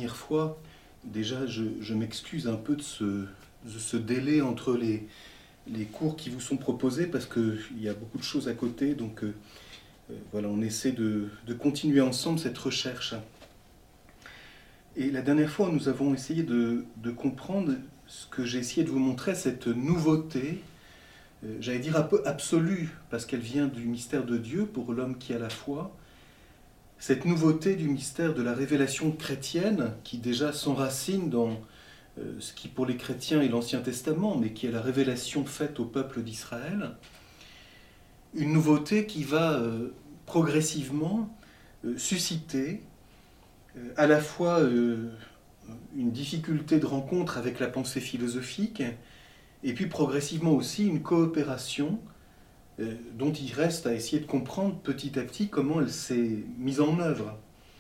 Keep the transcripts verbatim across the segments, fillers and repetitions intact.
dernière fois, déjà je, je m'excuse un peu de ce, de ce délai entre les, les cours qui vous sont proposés parce qu'il y a beaucoup de choses à côté, donc euh, voilà, on essaie de, de continuer ensemble cette recherche. Et la dernière fois, nous avons essayé de, de comprendre ce que j'ai essayé de vous montrer, cette nouveauté, euh, j'allais dire un peu absolue, parce qu'elle vient du mystère de Dieu pour l'homme qui a la foi, cette nouveauté du mystère de la révélation chrétienne, qui déjà s'enracine dans euh, ce qui pour les chrétiens est l'Ancien Testament, mais qui est la révélation faite au peuple d'Israël, une nouveauté qui va euh, progressivement euh, susciter euh, à la fois euh, une difficulté de rencontre avec la pensée philosophique, et puis progressivement aussi une coopération euh, dont il reste à essayer de comprendre petit à petit comment elle s'est mise en œuvre.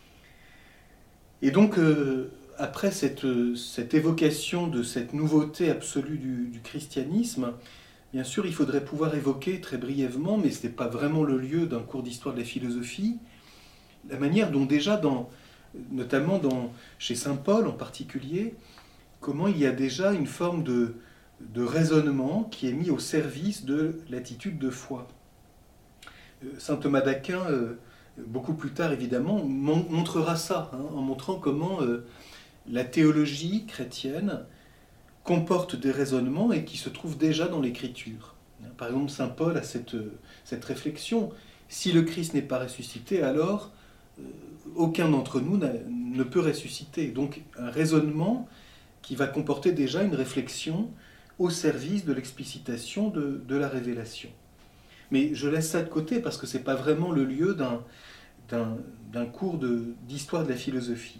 Et donc, euh, après cette, cette évocation de cette nouveauté absolue du, du christianisme, bien sûr, il faudrait pouvoir évoquer très brièvement, mais ce n'est pas vraiment le lieu d'un cours d'histoire de la philosophie, la manière dont déjà, dans, notamment dans, chez saint Paul en particulier, comment il y a déjà une forme de, de raisonnement qui est mis au service de l'attitude de foi. Saint Thomas d'Aquin, euh, beaucoup plus tard évidemment, montrera ça, hein, en montrant comment euh, la théologie chrétienne comporte des raisonnements et qui se trouvent déjà dans l'Écriture. Par exemple, saint Paul a cette, cette réflexion. Si le Christ n'est pas ressuscité, alors euh, aucun d'entre nous ne peut ressusciter. Donc un raisonnement qui va comporter déjà une réflexion au service de l'explicitation de, de la révélation. Mais je laisse ça de côté parce que ce n'est pas vraiment le lieu d'un, d'un, d'un cours de, d'histoire de la philosophie.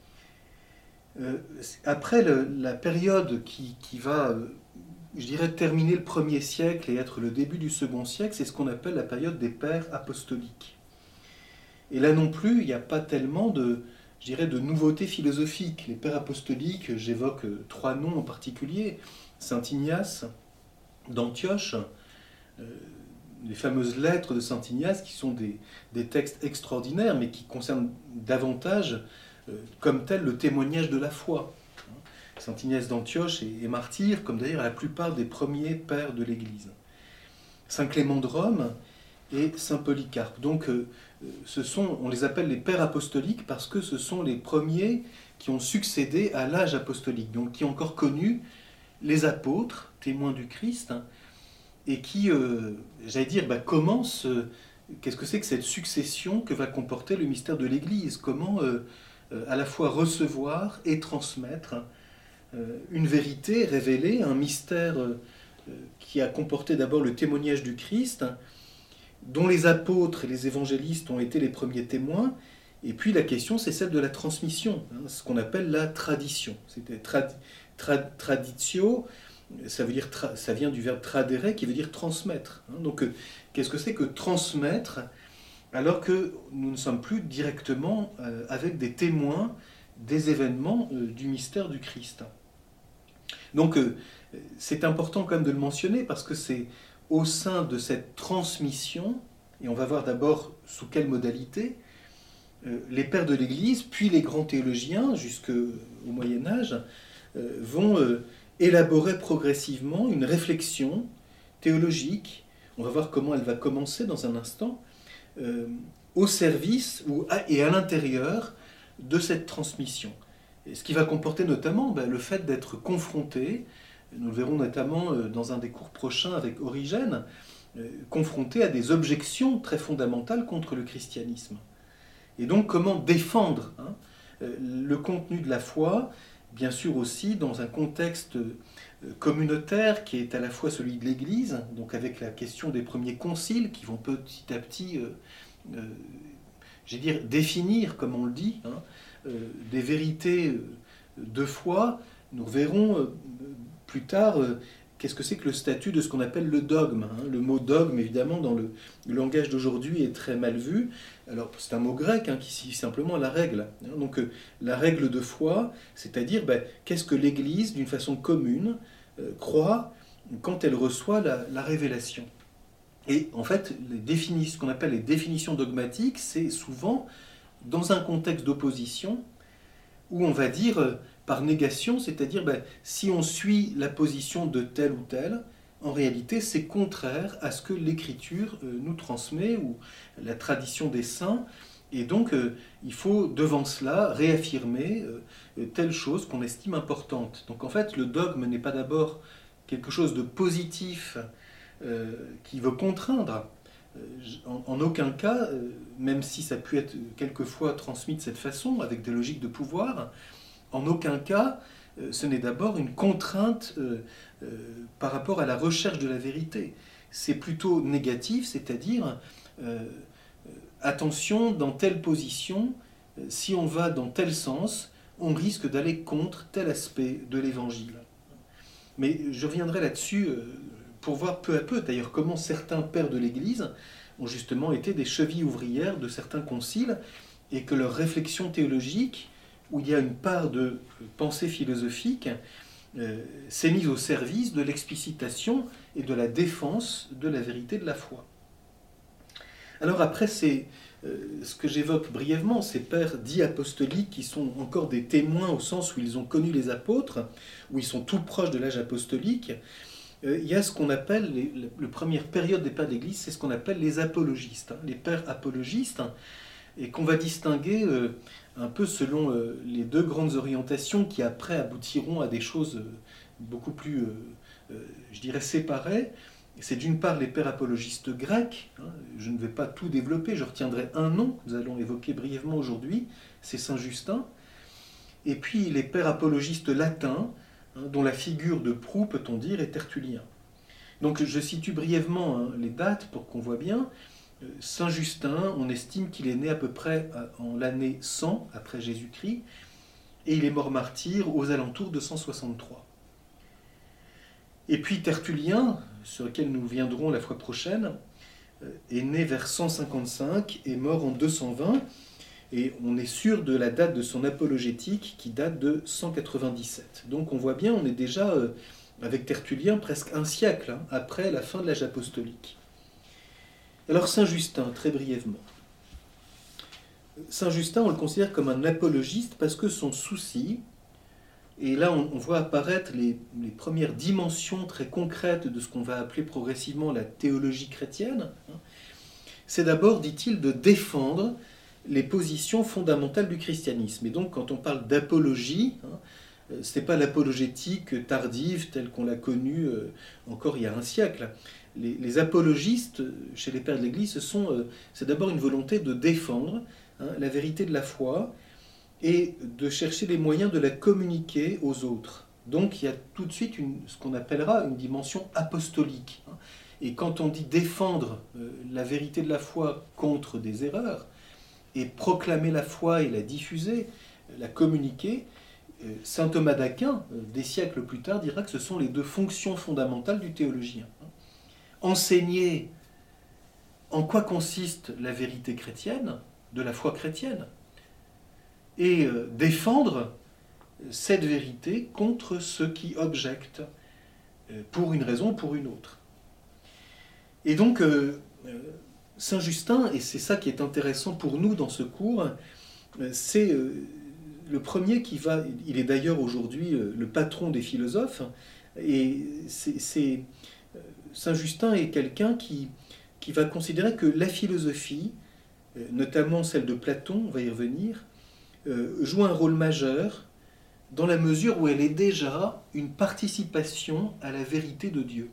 Euh, après le, la période qui, qui va, euh, je dirais, terminer le premier siècle et être le début du second siècle, c'est ce qu'on appelle la période des pères apostoliques. Et là non plus, il n'y a pas tellement de, je dirais, de nouveautés philosophiques. Les pères apostoliques, j'évoque euh, trois noms en particulier, saint Ignace d'Antioche, euh, les fameuses lettres de saint Ignace qui sont des, des textes extraordinaires, mais qui concernent davantage, euh, comme tel, le témoignage de la foi. Saint Ignace d'Antioche est, est martyr, comme d'ailleurs la plupart des premiers pères de l'Église. Saint Clément de Rome et saint Polycarpe. Donc, euh, ce sont, on les appelle les pères apostoliques parce que ce sont les premiers qui ont succédé à l'âge apostolique, donc qui ont encore connu les apôtres, témoins du Christ, hein, et qui, euh, j'allais dire, bah, commencent, euh, qu'est-ce que c'est que cette succession que va comporter le mystère de l'Église ? Comment euh, euh, à la fois recevoir et transmettre euh, une vérité révélée, un mystère euh, qui a comporté d'abord le témoignage du Christ, hein, dont les apôtres et les évangélistes ont été les premiers témoins, et puis la question c'est celle de la transmission, hein, ce qu'on appelle la tradition. C'était tra- tra- traditio, ça, veut dire tra- ça vient du verbe tradere qui veut dire transmettre. Hein. Donc euh, qu'est-ce que c'est que transmettre alors que nous ne sommes plus directement euh, avec des témoins des événements euh, du mystère du Christ. Donc euh, c'est important quand même de le mentionner parce que c'est au sein de cette transmission, et on va voir d'abord sous quelle modalité, euh, les pères de l'Église, puis les grands théologiens jusqu'au Moyen-Âge, euh, vont euh, élaborer progressivement une réflexion théologique, on va voir comment elle va commencer dans un instant, euh, au service ou à, et à l'intérieur de cette transmission. Et ce qui va comporter notamment ben, le fait d'être confronté, nous le verrons notamment dans un des cours prochains avec Origène, euh, confronté à des objections très fondamentales contre le christianisme. Et donc comment défendre hein, le contenu de la foi, bien sûr aussi dans un contexte communautaire qui est à la fois celui de l'Église, donc avec la question des premiers conciles qui vont petit à petit, euh, euh, j'ai dire, définir, comme on le dit, hein, euh, des vérités de foi. Nous verrons euh, plus tard euh, qu'est-ce que c'est que le statut de ce qu'on appelle le dogme. Hein. Le mot dogme, évidemment, dans le, le langage d'aujourd'hui est très mal vu. Alors, c'est un mot grec hein, qui signifie simplement la règle. Hein. Donc, euh, la règle de foi, c'est-à-dire ben, qu'est-ce que l'Église, d'une façon commune, euh, croit quand elle reçoit la, la révélation. Et en fait, les défini- ce qu'on appelle les définitions dogmatiques, c'est souvent dans un contexte d'opposition où on va dire euh, par négation, c'est-à-dire ben, si on suit la position de tel ou tel, en réalité c'est contraire à ce que l'Écriture euh, nous transmet ou la tradition des saints. Et donc euh, il faut devant cela réaffirmer euh, telle chose qu'on estime importante. Donc en fait le dogme n'est pas d'abord quelque chose de positif euh, qui veut contraindre. En, en aucun cas, euh, même si ça peut être quelquefois transmis de cette façon, avec des logiques de pouvoir, en aucun cas, euh, ce n'est d'abord une contrainte euh, euh, par rapport à la recherche de la vérité. C'est plutôt négatif, c'est-à-dire, euh, attention, dans telle position, euh, si on va dans tel sens, on risque d'aller contre tel aspect de l'Évangile. Mais je reviendrai là-dessus euh, pour voir peu à peu, d'ailleurs, comment certains pères de l'Église ont justement été des chevilles ouvrières de certains conciles et que leur réflexion théologique, où il y a une part de pensée philosophique, euh, s'est mise au service de l'explicitation et de la défense de la vérité de la foi. Alors après, c'est euh, ce que j'évoque brièvement, ces pères dits apostoliques qui sont encore des témoins au sens où ils ont connu les apôtres, où ils sont tout proches de l'âge apostolique. Euh, il y a ce qu'on appelle, les, la, la première période des pères d'Église, c'est ce qu'on appelle les apologistes, hein, les pères apologistes, hein, et qu'on va distinguer euh, un peu selon euh, les deux grandes orientations qui après aboutiront à des choses euh, beaucoup plus, euh, euh, je dirais, séparées. C'est d'une part les pères apologistes grecs, hein, je ne vais pas tout développer, je retiendrai un nom que nous allons évoquer brièvement aujourd'hui, c'est Saint Justin, et puis les pères apologistes latins, hein, dont la figure de proue, peut-on dire, est Tertullien. Donc je situe brièvement hein, les dates pour qu'on voit bien. Saint Justin, on estime qu'il est né à peu près en l'année cent après Jésus-Christ, et il est mort martyr aux alentours de cent soixante-trois. Et puis Tertullien, sur lequel nous viendrons la fois prochaine, est né vers cent cinquante-cinq et mort en deux cent vingt, et on est sûr de la date de son apologétique qui date de cent quatre-vingt-dix-sept. Donc on voit bien, on est déjà avec Tertullien presque un siècle hein, après la fin de l'âge apostolique. Alors Saint Justin, très brièvement. Saint Justin, on le considère comme un apologiste parce que son souci, et là on, on voit apparaître les, les premières dimensions très concrètes de ce qu'on va appeler progressivement la théologie chrétienne, hein, c'est d'abord, dit-il, de défendre les positions fondamentales du christianisme. Et donc quand on parle d'apologie, hein, ce n'est pas l'apologétique tardive telle qu'on l'a connue euh, encore il y a un siècle. Les, les apologistes, chez les pères de l'Église, ce sont, euh, c'est d'abord une volonté de défendre hein, la vérité de la foi et de chercher les moyens de la communiquer aux autres. Donc il y a tout de suite une, ce qu'on appellera une dimension apostolique. Hein. Et quand on dit défendre euh, la vérité de la foi contre des erreurs, et proclamer la foi et la diffuser, la communiquer, saint Thomas d'Aquin, des siècles plus tard, dira que ce sont les deux fonctions fondamentales du théologien. Enseigner en quoi consiste la vérité chrétienne, de la foi chrétienne, et défendre cette vérité contre ceux qui objectent pour une raison ou pour une autre. Et donc, Saint Justin, et c'est ça qui est intéressant pour nous dans ce cours, c'est le premier qui va, il est d'ailleurs aujourd'hui le patron des philosophes, et c'est, c'est, Saint Justin est quelqu'un qui, qui va considérer que la philosophie, notamment celle de Platon, on va y revenir, joue un rôle majeur dans la mesure où elle est déjà une participation à la vérité de Dieu.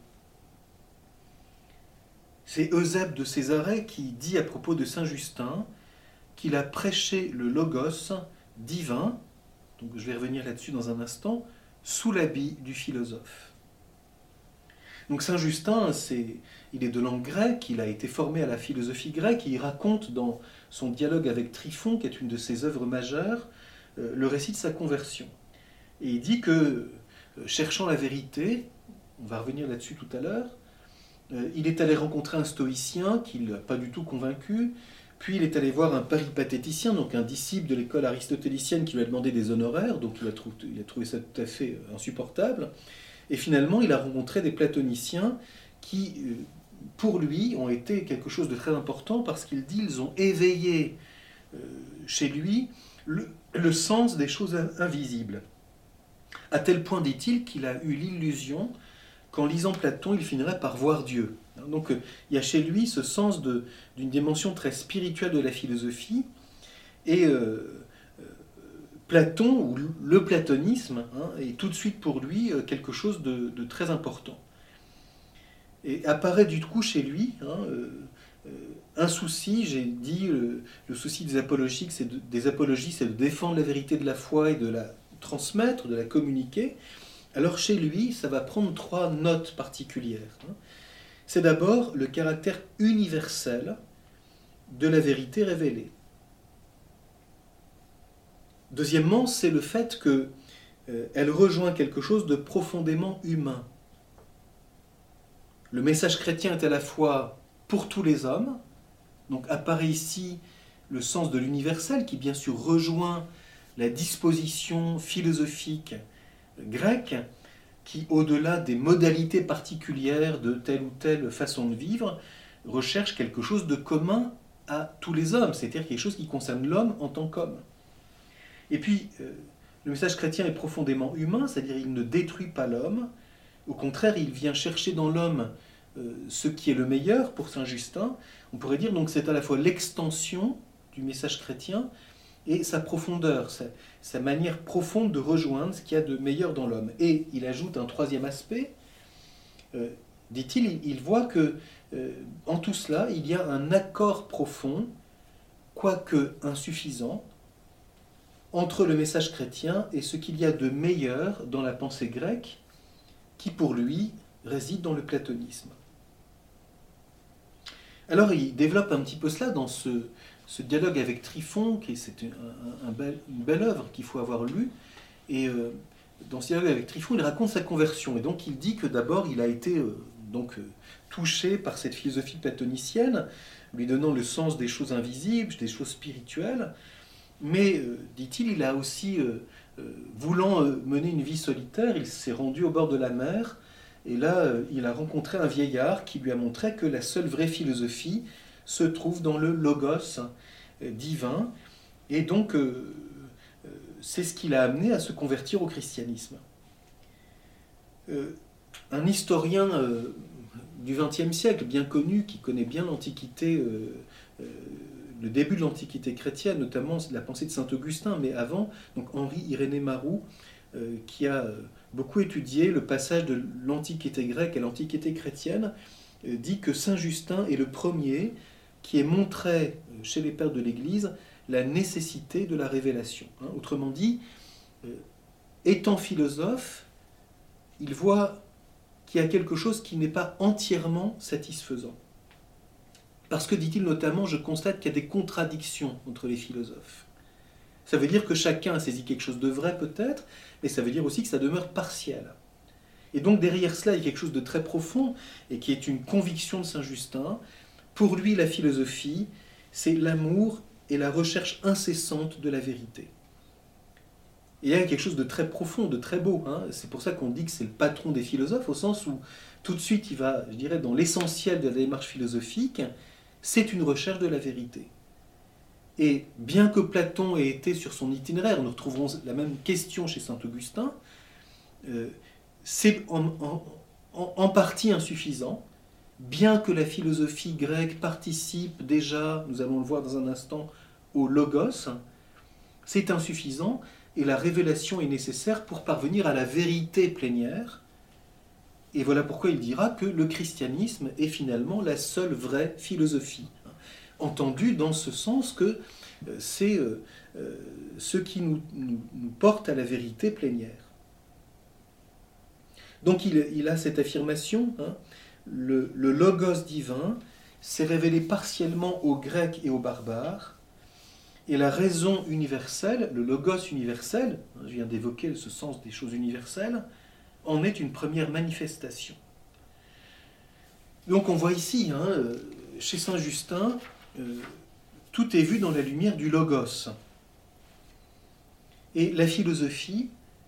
C'est Eusèbe de Césarée qui dit à propos de Saint Justin qu'il a prêché le logos divin, donc je vais revenir là-dessus dans un instant, sous l'habit du philosophe. Donc Saint Justin, c'est, il est de langue grecque, il a été formé à la philosophie grecque, et il raconte dans son dialogue avec Tryphon, qui est une de ses œuvres majeures, euh, le récit de sa conversion. Et il dit que, euh, cherchant la vérité, on va revenir là-dessus tout à l'heure, euh, il est allé rencontrer un stoïcien qui ne l'a pas du tout convaincu, puis il est allé voir un péripatéticien, donc un disciple de l'école aristotélicienne qui lui a demandé des honoraires, donc il a, trouvé, il a trouvé ça tout à fait insupportable. Et finalement, il a rencontré des platoniciens qui, pour lui, ont été quelque chose de très important parce qu'il dit qu'ils ont éveillé chez lui le, le sens des choses invisibles. À tel point, dit-il, qu'il a eu l'illusion qu'en lisant Platon, il finirait par voir Dieu. Donc il y a chez lui ce sens de, d'une dimension très spirituelle de la philosophie, et euh, Platon, ou le platonisme, hein, est tout de suite pour lui quelque chose de, de très important. Et apparaît du coup chez lui hein, euh, un souci, j'ai dit, le, le souci des apologiques, c'est de, des apologies, c'est de défendre la vérité de la foi et de la transmettre, de la communiquer. Alors chez lui, ça va prendre trois notes particulières. C'est d'abord le caractère universel de la vérité révélée. Deuxièmement, c'est le fait qu'elle euh, rejoint quelque chose de profondément humain. Le message chrétien est à la fois pour tous les hommes, donc apparaît ici le sens de l'universel qui bien sûr rejoint la disposition philosophique grecque qui, au-delà des modalités particulières de telle ou telle façon de vivre, recherche quelque chose de commun à tous les hommes, c'est-à-dire quelque chose qui concerne l'homme en tant qu'homme. Et puis, euh, le message chrétien est profondément humain, c'est-à-dire il ne détruit pas l'homme, au contraire, il vient chercher dans l'homme euh, ce qui est le meilleur pour Saint Justin. On pourrait dire donc c'est à la fois l'extension du message chrétien et sa profondeur, sa, sa manière profonde de rejoindre ce qu'il y a de meilleur dans l'homme. Et il ajoute un troisième aspect, euh, dit-il, il, il voit que euh, en tout cela, il y a un accord profond, quoique insuffisant, entre le message chrétien et ce qu'il y a de meilleur dans la pensée grecque, qui pour lui réside dans le platonisme. Alors il développe un petit peu cela dans ce, ce dialogue avec Tryphon, qui c'est une, un, un bel, une belle œuvre qu'il faut avoir lue, et euh, dans ce dialogue avec Tryphon, il raconte sa conversion, et donc il dit que d'abord il a été euh, donc, euh, touché par cette philosophie platonicienne, lui donnant le sens des choses invisibles, des choses spirituelles, mais, euh, dit-il, il a aussi, euh, euh, voulant euh, mener une vie solitaire, il s'est rendu au bord de la mer, et là, euh, il a rencontré un vieillard qui lui a montré que la seule vraie philosophie se trouve dans le logos euh, divin, et donc euh, euh, c'est ce qui l'a amené à se convertir au christianisme. Euh, un historien euh, du vingtième siècle, bien connu, qui connaît bien l'Antiquité, euh, euh, le début de l'Antiquité chrétienne, notamment la pensée de saint Augustin, mais avant, donc Henri Irénée Marou, euh, qui a beaucoup étudié le passage de l'Antiquité grecque à l'Antiquité chrétienne, euh, dit que saint Justin est le premier qui ait montré chez les pères de l'Église la nécessité de la révélation. Hein. Autrement dit, euh, étant philosophe, il voit qu'il y a quelque chose qui n'est pas entièrement satisfaisant. Parce que, dit-il notamment, je constate qu'il y a des contradictions entre les philosophes. Ça veut dire que chacun a saisi quelque chose de vrai peut-être, mais ça veut dire aussi que ça demeure partiel. Et donc derrière cela, il y a quelque chose de très profond, et qui est une conviction de saint Justin. Pour lui, la philosophie, c'est l'amour et la recherche incessante de la vérité. Et il y a quelque chose de très profond, de très beau. Hein. C'est pour ça qu'on dit que c'est le patron des philosophes, au sens où tout de suite, il va, je dirais, dans l'essentiel de la démarche philosophique, c'est une recherche de la vérité. Et bien que Platon ait été sur son itinéraire, nous retrouverons la même question chez saint Augustin, euh, c'est en, en, en, en partie insuffisant, bien que la philosophie grecque participe déjà, nous allons le voir dans un instant, au logos, c'est insuffisant, et la révélation est nécessaire pour parvenir à la vérité plénière. Et voilà pourquoi il dira que le christianisme est finalement la seule vraie philosophie. Entendu dans ce sens que c'est euh, euh, ce qui nous, nous, nous porte à la vérité plénière. Donc il, il a cette affirmation, hein, le, le logos divin s'est révélé partiellement aux Grecs et aux barbares, et la raison universelle, le logos universel, hein, je viens d'évoquer ce sens des choses universelles, en est une première manifestation. Donc on voit ici, hein, chez saint Justin, euh, tout est vu dans la lumière du logos. Et la philosophie,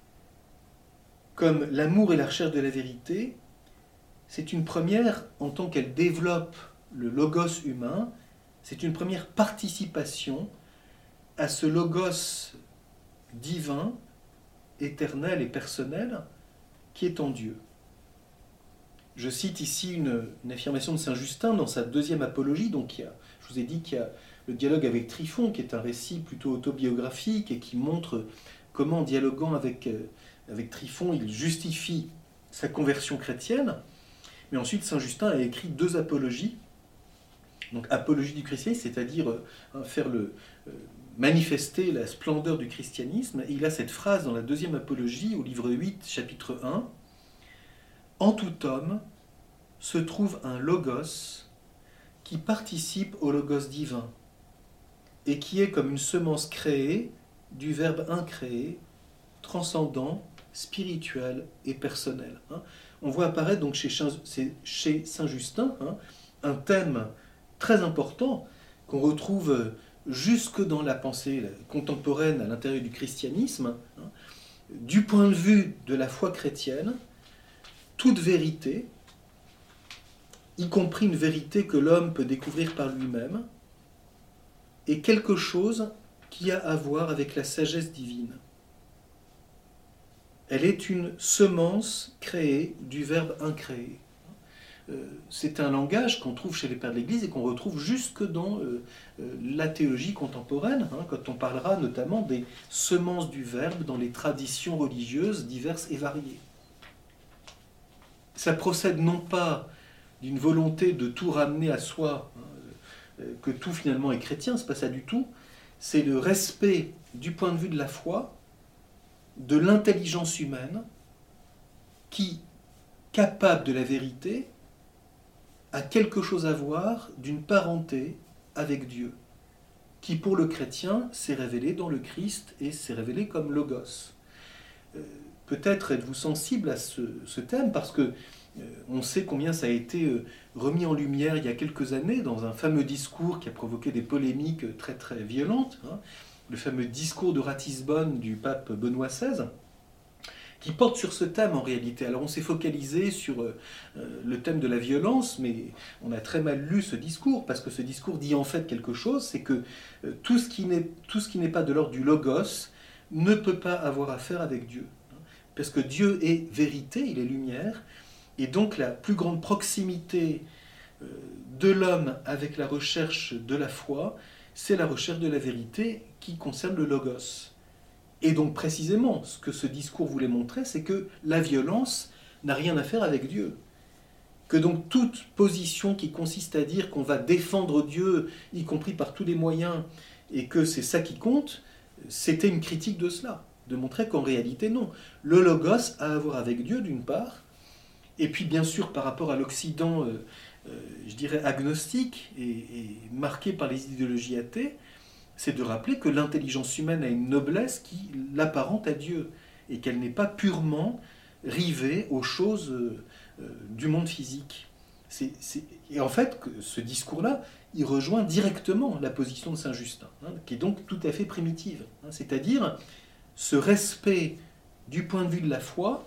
comme l'amour et la recherche de la vérité, c'est une première, en tant qu'elle développe le logos humain, c'est une première participation à ce logos divin, éternel et personnel, qui est en Dieu. Je cite ici une, une affirmation de saint Justin dans sa deuxième apologie. Donc il y a, je vous ai dit qu'il y a le dialogue avec Tryphon, qui est un récit plutôt autobiographique et qui montre comment, en dialoguant avec, avec Tryphon, il justifie sa conversion chrétienne. Mais ensuite, saint Justin a écrit deux apologies. Donc, apologie du christianisme, c'est-à-dire euh, faire le, euh, manifester la splendeur du christianisme. Et il a cette phrase dans la deuxième apologie, au livre huit, chapitre un. « En tout homme se trouve un logos qui participe au logos divin et qui est comme une semence créée du verbe incréé, transcendant, spirituel et personnel. » Hein. On voit apparaître donc chez, chez saint Justin hein, un thème très important qu'on retrouve jusque dans la pensée contemporaine à l'intérieur du christianisme. Hein. Du point de vue de la foi chrétienne, toute vérité, y compris une vérité que l'homme peut découvrir par lui-même, est quelque chose qui a à voir avec la sagesse divine. Elle est une semence créée du verbe incréé. C'est un langage qu'on trouve chez les pères de l'Église et qu'on retrouve jusque dans la théologie contemporaine, hein, quand on parlera notamment des semences du verbe dans les traditions religieuses diverses et variées. Ça procède non pas d'une volonté de tout ramener à soi, hein, que tout finalement est chrétien, c'est pas ça du tout, c'est le respect du point de vue de la foi, de l'intelligence humaine, qui, capable de la vérité, a quelque chose à voir d'une parenté avec Dieu, qui pour le chrétien s'est révélé dans le Christ et s'est révélé comme Logos. Euh, peut-être êtes-vous sensible à ce, ce thème, parce que euh, on sait combien ça a été euh, remis en lumière il y a quelques années dans un fameux discours qui a provoqué des polémiques très très violentes, hein, le fameux discours de Ratisbonne du pape Benoît seize, qui porte sur ce thème en réalité. Alors on s'est focalisé sur euh, le thème de la violence, mais on a très mal lu ce discours, parce que ce discours dit en fait quelque chose, c'est que euh, tout ce qui n'est, tout ce qui n'est pas de l'ordre du logos ne peut pas avoir affaire avec Dieu. Parce que Dieu est vérité, il est lumière, et donc la plus grande proximité euh, de l'homme avec la recherche de la foi, c'est la recherche de la vérité qui concerne le logos. Et donc précisément, ce que ce discours voulait montrer, c'est que la violence n'a rien à faire avec Dieu. Que donc toute position qui consiste à dire qu'on va défendre Dieu, y compris par tous les moyens, et que c'est ça qui compte, c'était une critique de cela, de montrer qu'en réalité non. Le logos a à voir avec Dieu d'une part, et puis bien sûr par rapport à l'Occident, euh, euh, je dirais agnostique et, et marqué par les idéologies athées, c'est de rappeler que l'intelligence humaine a une noblesse qui l'apparente à Dieu et qu'elle n'est pas purement rivée aux choses euh, euh, du monde physique. C'est, c'est... Et en fait, ce discours-là, il rejoint directement la position de saint Justin, hein, qui est donc tout à fait primitive. Hein, c'est-à-dire ce respect du point de vue de la foi,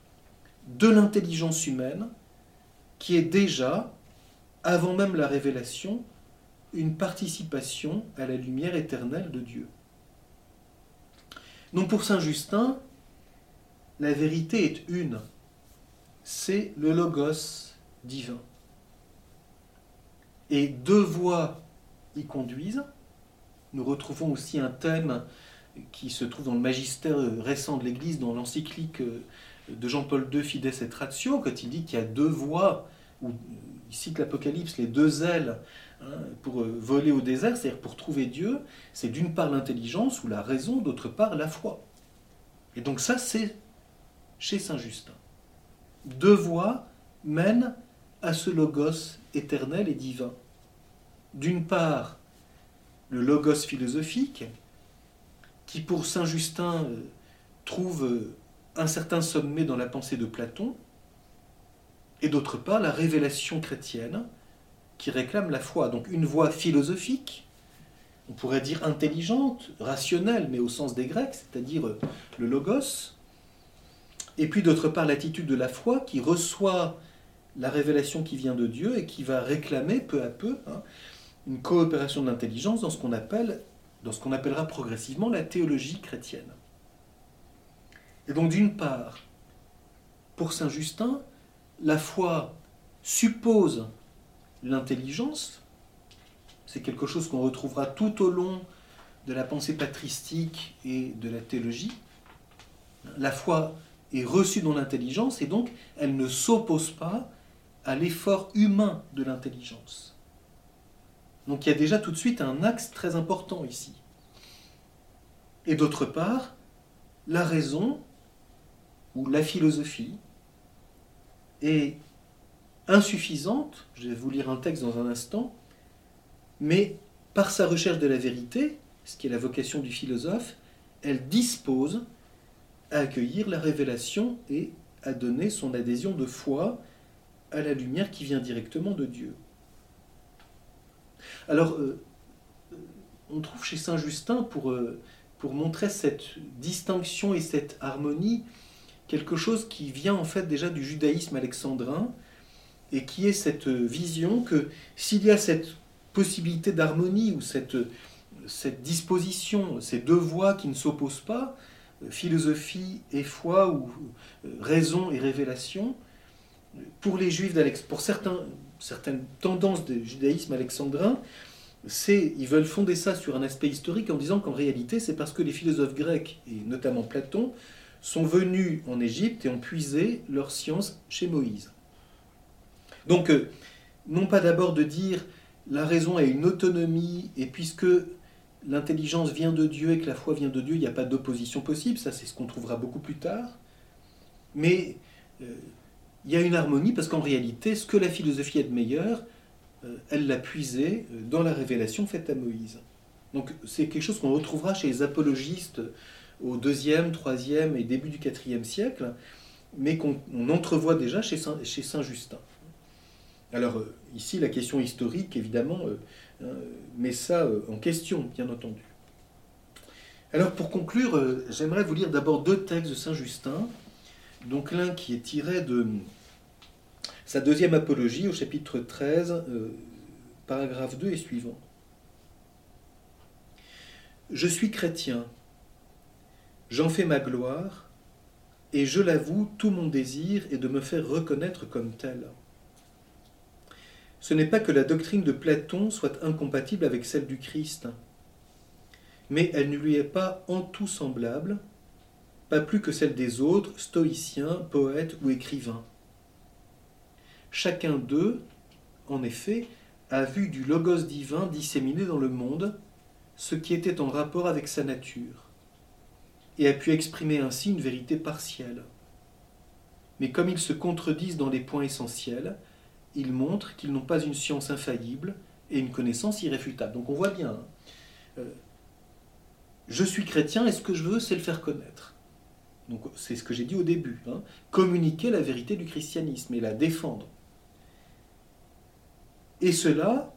de l'intelligence humaine, qui est déjà, avant même la révélation, une participation à la lumière éternelle de Dieu. Donc pour saint Justin, la vérité est une, c'est le logos divin. Et deux voies y conduisent. Nous retrouvons aussi un thème qui se trouve dans le magistère récent de l'Église, dans l'encyclique de Jean-Paul deux, Fides et Ratio, quand il dit qu'il y a deux voies, ou il cite l'Apocalypse, les deux ailes, pour voler au désert, c'est-à-dire pour trouver Dieu, c'est d'une part l'intelligence ou la raison, d'autre part la foi. Et donc ça, c'est chez saint Justin. Deux voies mènent à ce logos éternel et divin. D'une part, le logos philosophique, qui pour saint Justin trouve un certain sommet dans la pensée de Platon, et d'autre part, la révélation chrétienne, qui réclame la foi. Donc une voie philosophique, on pourrait dire intelligente, rationnelle, mais au sens des Grecs, c'est-à-dire le logos. Et puis d'autre part l'attitude de la foi qui reçoit la révélation qui vient de Dieu et qui va réclamer peu à peu hein, une coopération de l'intelligence dans ce qu'on appelle dans ce qu'on appellera progressivement la théologie chrétienne. Et donc d'une part, pour saint Justin, la foi suppose l'intelligence, c'est quelque chose qu'on retrouvera tout au long de la pensée patristique et de la théologie. La foi est reçue dans l'intelligence et donc elle ne s'oppose pas à l'effort humain de l'intelligence. Donc il y a déjà tout de suite un axe très important ici. Et d'autre part, la raison ou la philosophie est insuffisante, je vais vous lire un texte dans un instant, mais par sa recherche de la vérité, ce qui est la vocation du philosophe, elle dispose à accueillir la révélation et à donner son adhésion de foi à la lumière qui vient directement de Dieu. Alors, euh, on trouve chez saint Justin, pour, euh, pour montrer cette distinction et cette harmonie, quelque chose qui vient en fait déjà du judaïsme alexandrin, et qui est cette vision que s'il y a cette possibilité d'harmonie ou cette, cette disposition, ces deux voies qui ne s'opposent pas, philosophie et foi ou raison et révélation, pour les juifs d'Alex, pour certains, certaines tendances du judaïsme alexandrin, c'est, ils veulent fonder ça sur un aspect historique en disant qu'en réalité c'est parce que les philosophes grecs, et notamment Platon, sont venus en Égypte et ont puisé leur science chez Moïse. Donc, non pas d'abord de dire la raison a une autonomie, et puisque l'intelligence vient de Dieu et que la foi vient de Dieu, il n'y a pas d'opposition possible, ça c'est ce qu'on trouvera beaucoup plus tard, mais euh, il y a une harmonie parce qu'en réalité, ce que la philosophie a de meilleur, euh, elle l'a puisé dans la révélation faite à Moïse. Donc c'est quelque chose qu'on retrouvera chez les apologistes au deuxième, troisième et début du quatrième siècle, mais qu'on on entrevoit déjà chez saint, chez saint Justin. Alors euh, ici, la question historique, évidemment, euh, euh, met ça euh, en question, bien entendu. Alors pour conclure, euh, j'aimerais vous lire d'abord deux textes de saint Justin, donc l'un qui est tiré de sa deuxième apologie au chapitre treize, euh, paragraphe deux et suivant. « Je suis chrétien, j'en fais ma gloire, et je l'avoue, tout mon désir est de me faire reconnaître comme tel. Ce n'est pas que la doctrine de Platon soit incompatible avec celle du Christ, mais elle ne lui est pas en tout semblable, pas plus que celle des autres, stoïciens, poètes ou écrivains. Chacun d'eux, en effet, a vu du logos divin disséminé dans le monde ce qui était en rapport avec sa nature, et a pu exprimer ainsi une vérité partielle. Mais comme ils se contredisent dans les points essentiels, ils montrent qu'ils n'ont pas une science infaillible et une connaissance irréfutable. » Donc on voit bien, hein, euh, je suis chrétien et ce que je veux, c'est le faire connaître. Donc c'est ce que j'ai dit au début, hein, communiquer la vérité du christianisme et la défendre. Et cela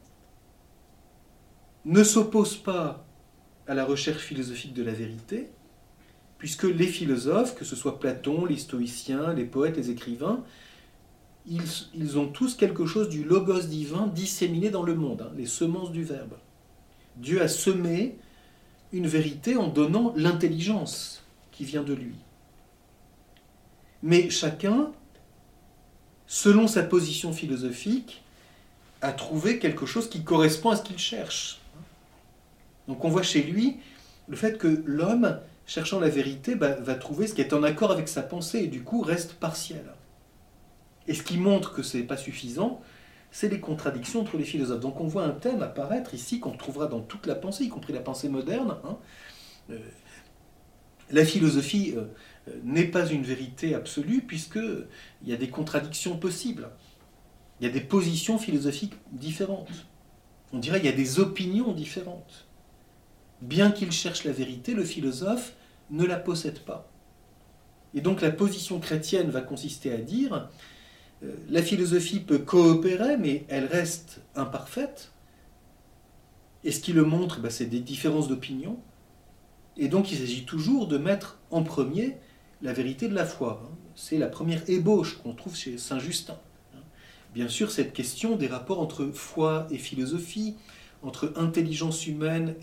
ne s'oppose pas à la recherche philosophique de la vérité, puisque les philosophes, que ce soit Platon, les stoïciens, les poètes, les écrivains, ils, ils ont tous quelque chose du logos divin disséminé dans le monde, hein, les semences du Verbe. Dieu a semé une vérité en donnant l'intelligence qui vient de lui. Mais chacun, selon sa position philosophique, a trouvé quelque chose qui correspond à ce qu'il cherche. Donc on voit chez lui le fait que l'homme, cherchant la vérité, bah, va trouver ce qui est en accord avec sa pensée et du coup reste partiel. Et ce qui montre que ce n'est pas suffisant, c'est les contradictions entre les philosophes. Donc on voit un thème apparaître ici qu'on trouvera dans toute la pensée, y compris la pensée moderne. Hein. Euh, la philosophie euh, n'est pas une vérité absolue puisqu'il y a des contradictions possibles. Il y a des positions philosophiques différentes. On dirait qu'il y a des opinions différentes. Bien qu'il cherche la vérité, le philosophe ne la possède pas. Et donc la position chrétienne va consister à dire euh, la philosophie peut coopérer, mais elle reste imparfaite. Et ce qui le montre, bah, c'est des différences d'opinion. Et donc il s'agit toujours de mettre en premier la vérité de la foi. C'est la première ébauche qu'on trouve chez saint Justin. Bien sûr, cette question des rapports entre foi et philosophie, entre intelligence humaine et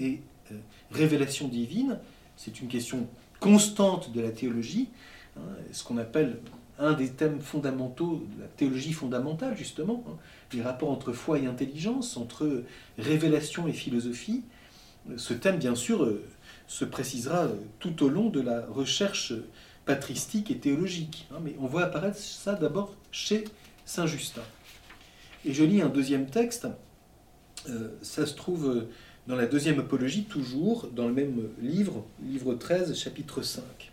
euh, révélation divine. C'est une question constante de la théologie, hein, ce qu'on appelle un des thèmes fondamentaux de la théologie fondamentale, justement, hein, les rapports entre foi et intelligence, entre révélation et philosophie. Ce thème, bien sûr, euh, se précisera euh, tout au long de la recherche patristique et théologique. Hein, mais on voit apparaître ça d'abord chez Saint Justin. Et je lis un deuxième texte, euh, ça se trouve dans la deuxième apologie, toujours dans le même livre, livre treize, chapitre cinq.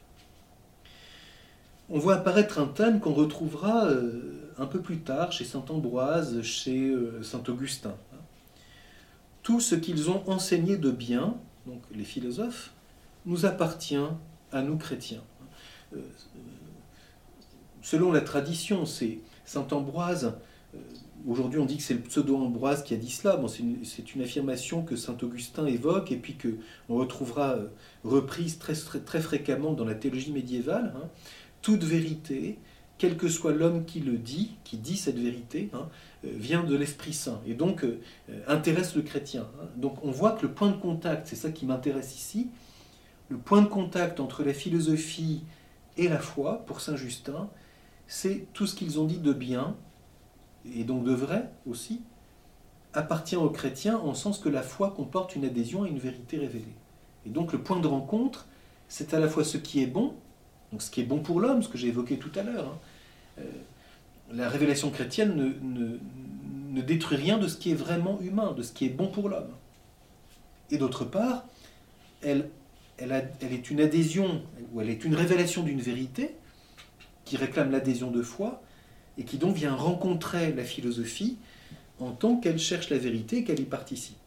On voit apparaître un thème qu'on retrouvera euh, un peu plus tard chez saint Ambroise, chez euh, saint Augustin. Tout ce qu'ils ont enseigné de bien, donc les philosophes, nous appartient à nous chrétiens. Euh, selon la tradition, c'est saint Ambroise. Euh, aujourd'hui, on dit que c'est le pseudo-Ambroise qui a dit cela. Bon, c'est, une, c'est une affirmation que saint Augustin évoque et puis qu'on retrouvera euh, reprise très, très, très fréquemment dans la théologie médiévale. Hein. Toute vérité, quel que soit l'homme qui le dit, qui dit cette vérité, hein, euh, vient de l'Esprit Saint et donc euh, intéresse le chrétien. Hein. Donc on voit que le point de contact, c'est ça qui m'intéresse ici, le point de contact entre la philosophie et la foi, pour saint Justin, c'est tout ce qu'ils ont dit de bien, et donc de vrai aussi, appartient aux chrétiens en sens que la foi comporte une adhésion à une vérité révélée. Et donc le point de rencontre, c'est à la fois ce qui est bon, donc ce qui est bon pour l'homme, ce que j'ai évoqué tout à l'heure. Hein. Euh, la révélation chrétienne ne, ne, ne détruit rien de ce qui est vraiment humain, de ce qui est bon pour l'homme. Et d'autre part, elle, elle, a, elle est une adhésion, ou elle est une révélation d'une vérité qui réclame l'adhésion de foi, et qui donc vient rencontrer la philosophie en tant qu'elle cherche la vérité et qu'elle y participe.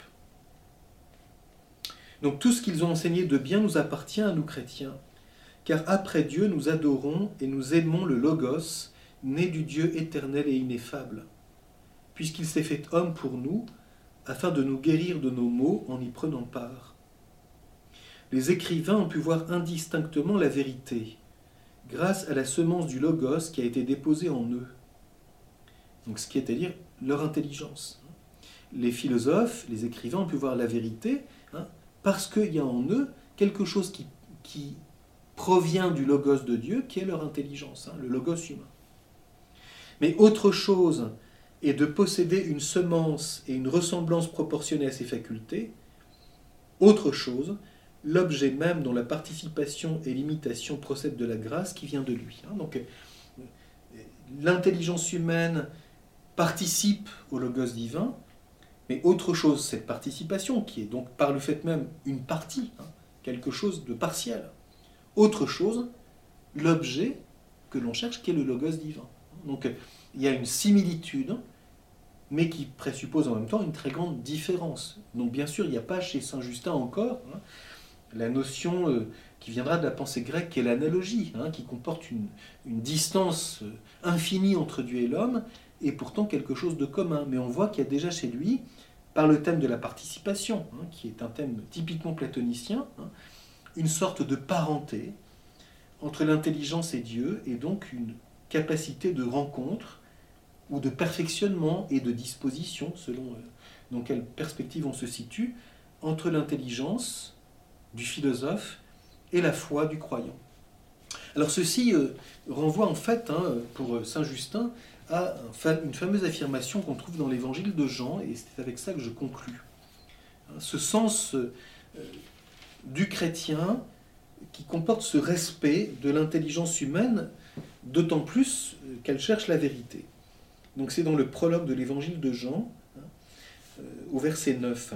Donc tout ce qu'ils ont enseigné de bien nous appartient à nous chrétiens, car après Dieu, nous adorons et nous aimons le Logos, né du Dieu éternel et ineffable, puisqu'il s'est fait homme pour nous, afin de nous guérir de nos maux en y prenant part. Les écrivains ont pu voir indistinctement la vérité, grâce à la semence du Logos qui a été déposée en eux. Donc ce qui est à dire leur intelligence. Les philosophes, les écrivains ont pu voir la vérité, hein, parce qu'il y a en eux quelque chose qui, qui provient du Logos de Dieu, qui est leur intelligence, hein, le Logos humain. Mais autre chose est de posséder une semence et une ressemblance proportionnée à ses facultés. Autre chose, l'objet même dont la participation et l'imitation procèdent de la grâce qui vient de lui. Hein. Donc, l'intelligence humaine participe au Logos divin, mais autre chose, cette participation, qui est donc par le fait même une partie, hein, quelque chose de partiel. Autre chose, l'objet que l'on cherche, qui est le Logos divin. Donc, il y a une similitude, mais qui présuppose en même temps une très grande différence. Donc, bien sûr, il n'y a pas chez saint Justin encore hein, la notion euh, qui viendra de la pensée grecque, qui est l'analogie, hein, qui comporte une, une distance euh, infinie entre Dieu et l'homme, et pourtant quelque chose de commun. Mais on voit qu'il y a déjà chez lui, par le thème de la participation, hein, qui est un thème typiquement platonicien, hein, une sorte de parenté entre l'intelligence et Dieu, et donc une capacité de rencontre ou de perfectionnement et de disposition, selon euh, dans quelle perspective on se situe, entre l'intelligence du philosophe et la foi du croyant. Alors ceci euh, renvoie en fait, hein, pour saint Justin, à une fameuse affirmation qu'on trouve dans l'évangile de Jean, et c'est avec ça que je conclus. Ce sens euh, du chrétien qui comporte ce respect de l'intelligence humaine, d'autant plus qu'elle cherche la vérité. Donc c'est dans le prologue de l'évangile de Jean, hein, euh, au verset neuf.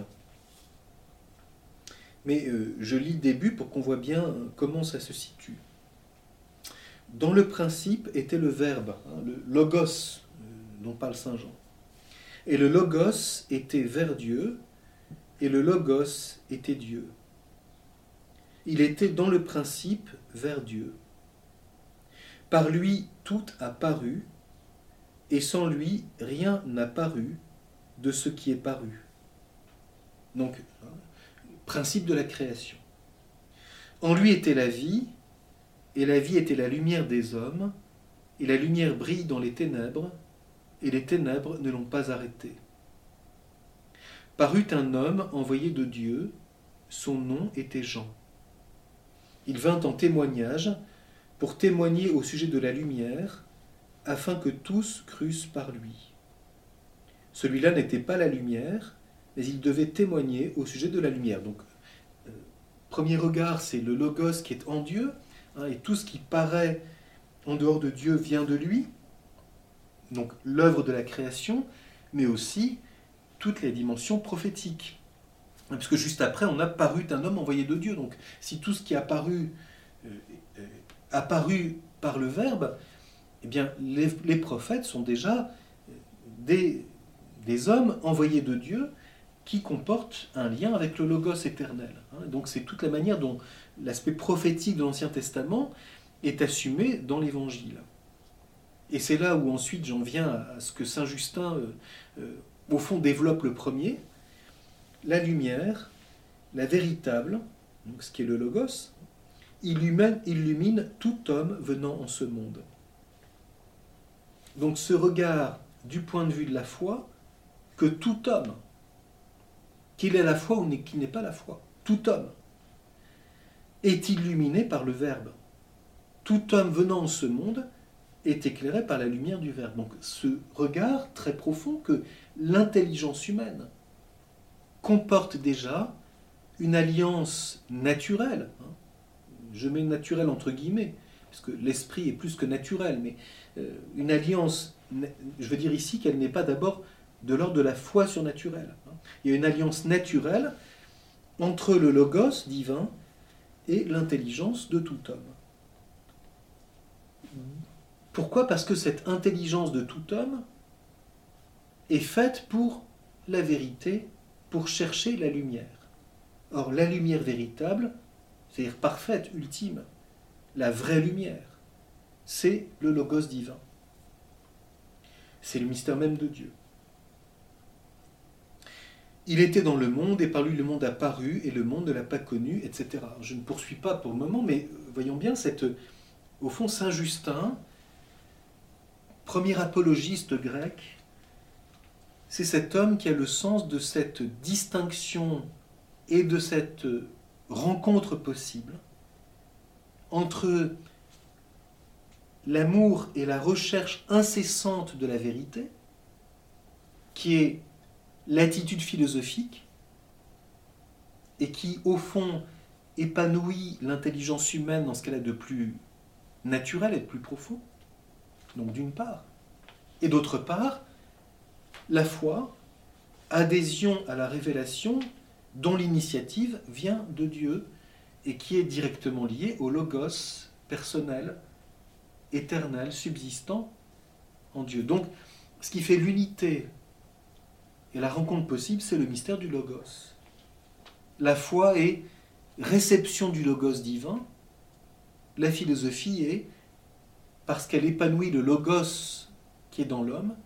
Mais euh, je lis le début pour qu'on voit bien comment ça se situe. Dans le principe était le Verbe, hein, le Logos, euh, dont parle saint Jean. Et le Logos était vers Dieu, et le Logos était Dieu. Il était dans le principe vers Dieu. Par lui, tout a paru, et sans lui, rien n'a paru de ce qui est paru. Donc, hein, principe de la création. En lui était la vie, et la vie était la lumière des hommes, et la lumière brille dans les ténèbres, et les ténèbres ne l'ont pas arrêtée. Parut un homme envoyé de Dieu, son nom était Jean. Il vint en témoignage pour témoigner au sujet de la lumière, afin que tous crussent par lui. Celui-là n'était pas la lumière, mais il devait témoigner au sujet de la lumière. Donc, euh, premier regard, c'est le Logos qui est en Dieu, hein, et tout ce qui paraît en dehors de Dieu vient de lui. Donc, l'œuvre de la création, mais aussi toutes les dimensions prophétiques. Puisque juste après, on a parut un homme envoyé de Dieu. Donc, si tout ce qui a apparu, euh, euh, apparu par le Verbe, eh bien, les, les prophètes sont déjà des, des hommes envoyés de Dieu qui comportent un lien avec le Logos éternel. Donc, c'est toute la manière dont l'aspect prophétique de l'Ancien Testament est assumé dans l'Évangile. Et c'est là où ensuite j'en viens à ce que saint Justin, euh, euh, au fond, développe le premier. La lumière, la véritable, donc ce qui est le Logos, illumine, illumine tout homme venant en ce monde. Donc ce regard du point de vue de la foi, que tout homme, qu'il ait la foi ou qu'il n'ait pas la foi, tout homme, est illuminé par le Verbe. Tout homme venant en ce monde est éclairé par la lumière du Verbe. Donc ce regard très profond que l'intelligence humaine comporte déjà une alliance naturelle. Je mets naturel entre guillemets, parce que l'esprit est plus que naturel, mais une alliance, je veux dire ici qu'elle n'est pas d'abord de l'ordre de la foi surnaturelle. Il y a une alliance naturelle entre le Logos divin et l'intelligence de tout homme. Pourquoi ? Parce que cette intelligence de tout homme est faite pour la vérité, pour chercher la lumière. Or, la lumière véritable, c'est-à-dire parfaite, ultime, la vraie lumière, c'est le Logos divin. C'est le mystère même de Dieu. Il était dans le monde, et par lui le monde a paru, et le monde ne l'a pas connu, et cetera. Je ne poursuis pas pour le moment, mais voyons bien, cette, au fond, saint Justin, premier apologiste grec, c'est cet homme qui a le sens de cette distinction et de cette rencontre possible entre l'amour et la recherche incessante de la vérité, qui est l'attitude philosophique, et qui, au fond, épanouit l'intelligence humaine dans ce qu'elle a de plus naturel et de plus profond, donc d'une part. Et d'autre part, la foi, adhésion à la révélation dont l'initiative vient de Dieu et qui est directement liée au Logos personnel, éternel, subsistant en Dieu. Donc, ce qui fait l'unité et la rencontre possible, c'est le mystère du Logos. La foi est réception du Logos divin. La philosophie est, parce qu'elle épanouit le Logos qui est dans l'homme,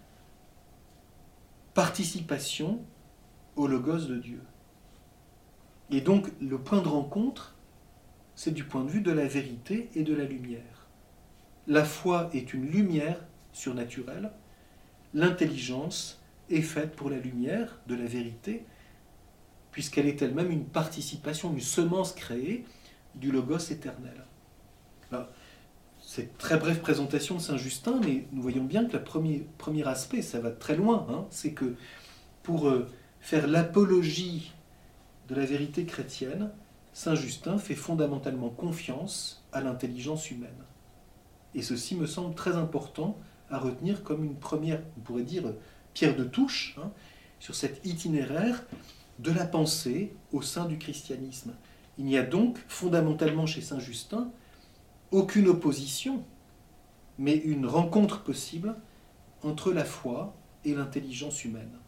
participation au Logos de Dieu. Et donc, le point de rencontre, c'est du point de vue de la vérité et de la lumière. La foi est une lumière surnaturelle, l'intelligence est faite pour la lumière de la vérité, puisqu'elle est elle-même une participation, une semence créée du Logos éternel. Là, c'est une très brève présentation de saint Justin, mais nous voyons bien que le premier, premier aspect, ça va très loin, hein, c'est que pour euh, faire l'apologie de la vérité chrétienne, saint Justin fait fondamentalement confiance à l'intelligence humaine. Et ceci me semble très important à retenir comme une première, on pourrait dire, pierre de touche, hein, sur cet itinéraire de la pensée au sein du christianisme. Il n'y a donc fondamentalement chez saint Justin aucune opposition, mais une rencontre possible entre la foi et l'intelligence humaine.